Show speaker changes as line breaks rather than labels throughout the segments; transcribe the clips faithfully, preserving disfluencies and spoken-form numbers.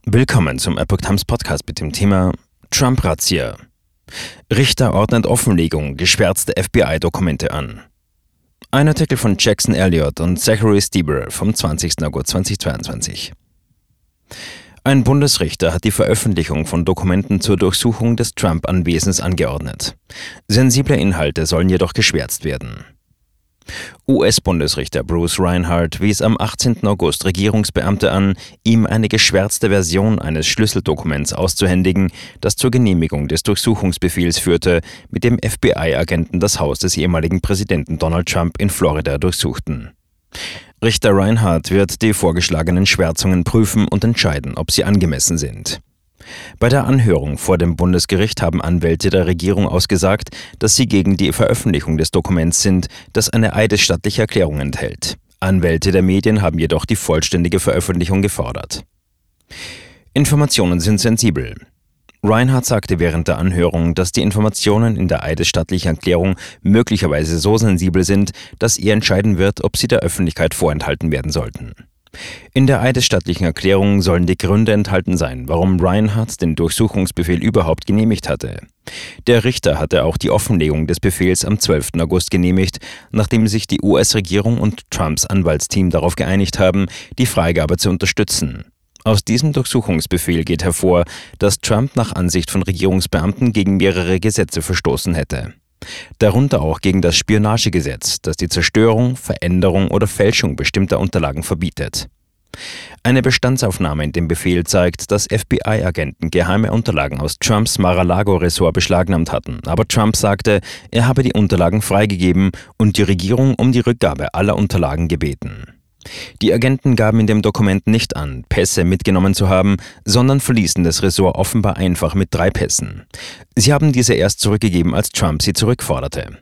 Willkommen zum Epoch Times Podcast mit dem Thema Trump-Razzia. Richter ordnet Offenlegung geschwärzte F B I-Dokumente an. Ein Artikel von Jackson Elliott und Zachary Stieber vom zwanzigsten August zweitausendzweiundzwanzig. Ein Bundesrichter hat die Veröffentlichung von Dokumenten zur Durchsuchung des Trump-Anwesens angeordnet. Sensible Inhalte sollen jedoch geschwärzt werden. U S-Bundesrichter Bruce Reinhart wies am achtzehnten August Regierungsbeamte an, ihm eine geschwärzte Version eines Schlüsseldokuments auszuhändigen, das zur Genehmigung des Durchsuchungsbefehls führte, mit dem F B I-Agenten das Haus des ehemaligen Präsidenten Donald Trump in Florida durchsuchten. Richter Reinhart wird die vorgeschlagenen Schwärzungen prüfen und entscheiden, ob sie angemessen sind. Bei der Anhörung vor dem Bundesgericht haben Anwälte der Regierung ausgesagt, dass sie gegen die Veröffentlichung des Dokuments sind, das eine eidesstattliche Erklärung enthält. Anwälte der Medien haben jedoch die vollständige Veröffentlichung gefordert. Informationen sind sensibel. Reinhart sagte während der Anhörung, dass die Informationen in der eidesstattlichen Erklärung möglicherweise so sensibel sind, dass er entscheiden wird, ob sie der Öffentlichkeit vorenthalten werden sollten. In der eidesstattlichen Erklärung sollen die Gründe enthalten sein, warum Reinhart den Durchsuchungsbefehl überhaupt genehmigt hatte. Der Richter hatte auch die Offenlegung des Befehls am zwölften August genehmigt, nachdem sich die U S-Regierung und Trumps Anwaltsteam darauf geeinigt haben, die Freigabe zu unterstützen. Aus diesem Durchsuchungsbefehl geht hervor, dass Trump nach Ansicht von Regierungsbeamten gegen mehrere Gesetze verstoßen hätte. Darunter auch gegen das Spionagegesetz, das die Zerstörung, Veränderung oder Fälschung bestimmter Unterlagen verbietet. Eine Bestandsaufnahme in dem Befehl zeigt, dass F B I-Agenten geheime Unterlagen aus Trumps Mar-a-Lago-Ressort beschlagnahmt hatten, aber Trump sagte, er habe die Unterlagen freigegeben und die Regierung um die Rückgabe aller Unterlagen gebeten. Die Agenten gaben in dem Dokument nicht an, Pässe mitgenommen zu haben, sondern verließen das Ressort offenbar einfach mit drei Pässen. Sie haben diese erst zurückgegeben, als Trump sie zurückforderte.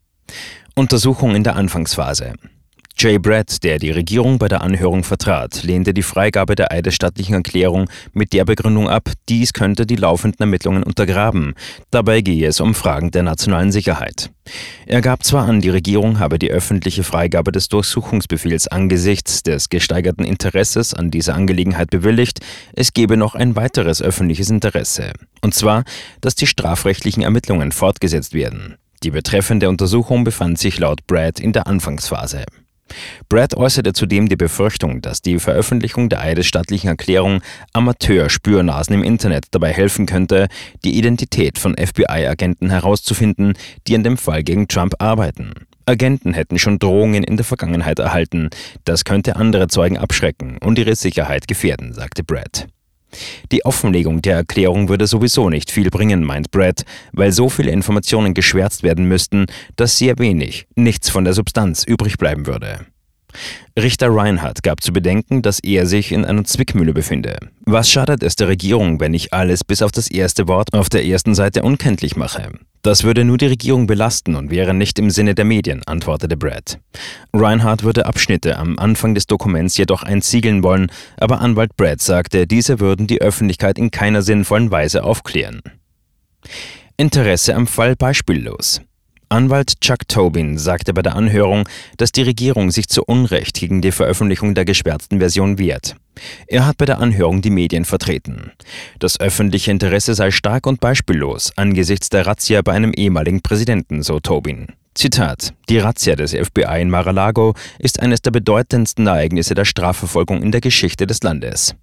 Untersuchung in der Anfangsphase. Jay Bratt, der die Regierung bei der Anhörung vertrat, lehnte die Freigabe der eidesstattlichen Erklärung mit der Begründung ab, dies könnte die laufenden Ermittlungen untergraben. Dabei gehe es um Fragen der nationalen Sicherheit. Er gab zwar an, die Regierung habe die öffentliche Freigabe des Durchsuchungsbefehls angesichts des gesteigerten Interesses an dieser Angelegenheit bewilligt, es gebe noch ein weiteres öffentliches Interesse. Und zwar, dass die strafrechtlichen Ermittlungen fortgesetzt werden. Die betreffende Untersuchung befand sich laut Bratt in der Anfangsphase. Bratt äußerte zudem die Befürchtung, dass die Veröffentlichung der eidesstattlichen Erklärung Amateur-Spürnasen im Internet dabei helfen könnte, die Identität von F B I-Agenten herauszufinden, die an dem Fall gegen Trump arbeiten. Agenten hätten schon Drohungen in der Vergangenheit erhalten. Das könnte andere Zeugen abschrecken und ihre Sicherheit gefährden, sagte Bratt. Die Offenlegung der Erklärung würde sowieso nicht viel bringen, meint Bratt, weil so viele Informationen geschwärzt werden müssten, dass sehr wenig, nichts von der Substanz übrig bleiben würde. Richter Reinhart gab zu bedenken, dass er sich in einer Zwickmühle befinde. Was schadet es der Regierung, wenn ich alles bis auf das erste Wort auf der ersten Seite unkenntlich mache? Das würde nur die Regierung belasten und wäre nicht im Sinne der Medien, antwortete Bratt. Reinhart würde Abschnitte am Anfang des Dokuments jedoch einsiegeln wollen, aber Anwalt Bratt sagte, diese würden die Öffentlichkeit in keiner sinnvollen Weise aufklären. Interesse am Fall beispiellos. Anwalt Chuck Tobin sagte bei der Anhörung, dass die Regierung sich zu Unrecht gegen die Veröffentlichung der geschwärzten Version wehrt. Er hat bei der Anhörung die Medien vertreten. Das öffentliche Interesse sei stark und beispiellos angesichts der Razzia bei einem ehemaligen Präsidenten, so Tobin. Zitat: Die Razzia des F B I in Mar-a-Lago ist eines der bedeutendsten Ereignisse der Strafverfolgung in der Geschichte des Landes.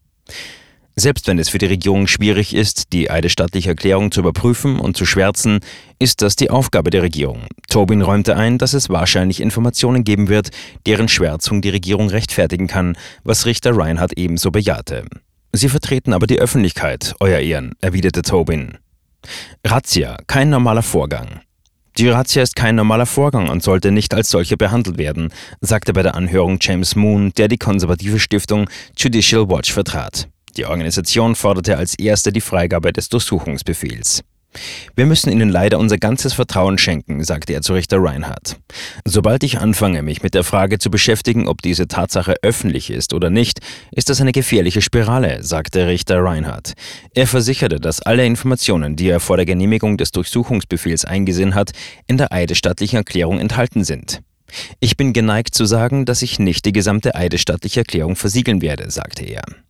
Selbst wenn es für die Regierung schwierig ist, die eidesstattliche Erklärung zu überprüfen und zu schwärzen, ist das die Aufgabe der Regierung. Tobin räumte ein, dass es wahrscheinlich Informationen geben wird, deren Schwärzung die Regierung rechtfertigen kann, was Richter Reinhart ebenso bejahte. Sie vertreten aber die Öffentlichkeit, Euer Ehren, erwiderte Tobin. Razzia, kein normaler Vorgang. Die Razzia ist kein normaler Vorgang und sollte nicht als solche behandelt werden, sagte bei der Anhörung James Moon, der die konservative Stiftung Judicial Watch vertrat. Die Organisation forderte als erste die Freigabe des Durchsuchungsbefehls. Wir müssen ihnen leider unser ganzes Vertrauen schenken, sagte er zu Richter Reinhart. Sobald ich anfange, mich mit der Frage zu beschäftigen, ob diese Tatsache öffentlich ist oder nicht, ist das eine gefährliche Spirale, sagte Richter Reinhart. Er versicherte, dass alle Informationen, die er vor der Genehmigung des Durchsuchungsbefehls eingesehen hat, in der eidesstattlichen Erklärung enthalten sind. Ich bin geneigt zu sagen, dass ich nicht die gesamte eidesstattliche Erklärung versiegeln werde, sagte er.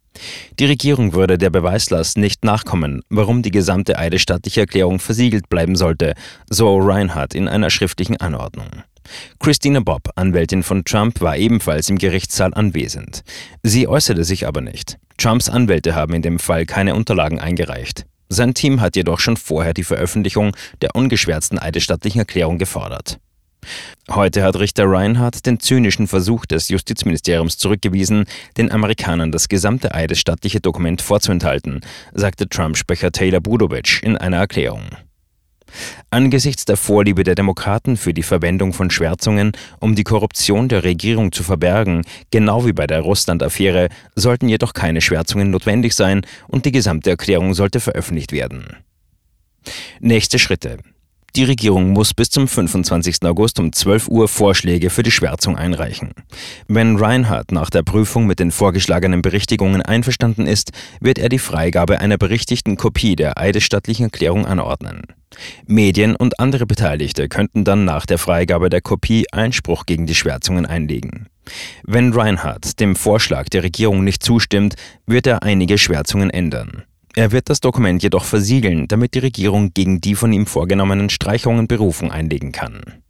Die Regierung würde der Beweislast nicht nachkommen, warum die gesamte eidesstattliche Erklärung versiegelt bleiben sollte, so Reinhart in einer schriftlichen Anordnung. Christina Bobb, Anwältin von Trump, war ebenfalls im Gerichtssaal anwesend. Sie äußerte sich aber nicht. Trumps Anwälte haben in dem Fall keine Unterlagen eingereicht. Sein Team hat jedoch schon vorher die Veröffentlichung der ungeschwärzten eidesstattlichen Erklärung gefordert. Heute hat Richter Reinhart den zynischen Versuch des Justizministeriums zurückgewiesen, den Amerikanern das gesamte eidesstattliche Dokument vorzuenthalten, sagte Trump-Sprecher Taylor Budowich in einer Erklärung. Angesichts der Vorliebe der Demokraten für die Verwendung von Schwärzungen, um die Korruption der Regierung zu verbergen, genau wie bei der Russland-Affäre, sollten jedoch keine Schwärzungen notwendig sein und die gesamte Erklärung sollte veröffentlicht werden. Nächste Schritte. Die Regierung muss bis zum fünfundzwanzigsten August um zwölf Uhr Vorschläge für die Schwärzung einreichen. Wenn Reinhart nach der Prüfung mit den vorgeschlagenen Berichtigungen einverstanden ist, wird er die Freigabe einer berichtigten Kopie der eidesstattlichen Erklärung anordnen. Medien und andere Beteiligte könnten dann nach der Freigabe der Kopie Einspruch gegen die Schwärzungen einlegen. Wenn Reinhart dem Vorschlag der Regierung nicht zustimmt, wird er einige Schwärzungen ändern. Er wird das Dokument jedoch versiegeln, damit die Regierung gegen die von ihm vorgenommenen Streichungen Berufung einlegen kann.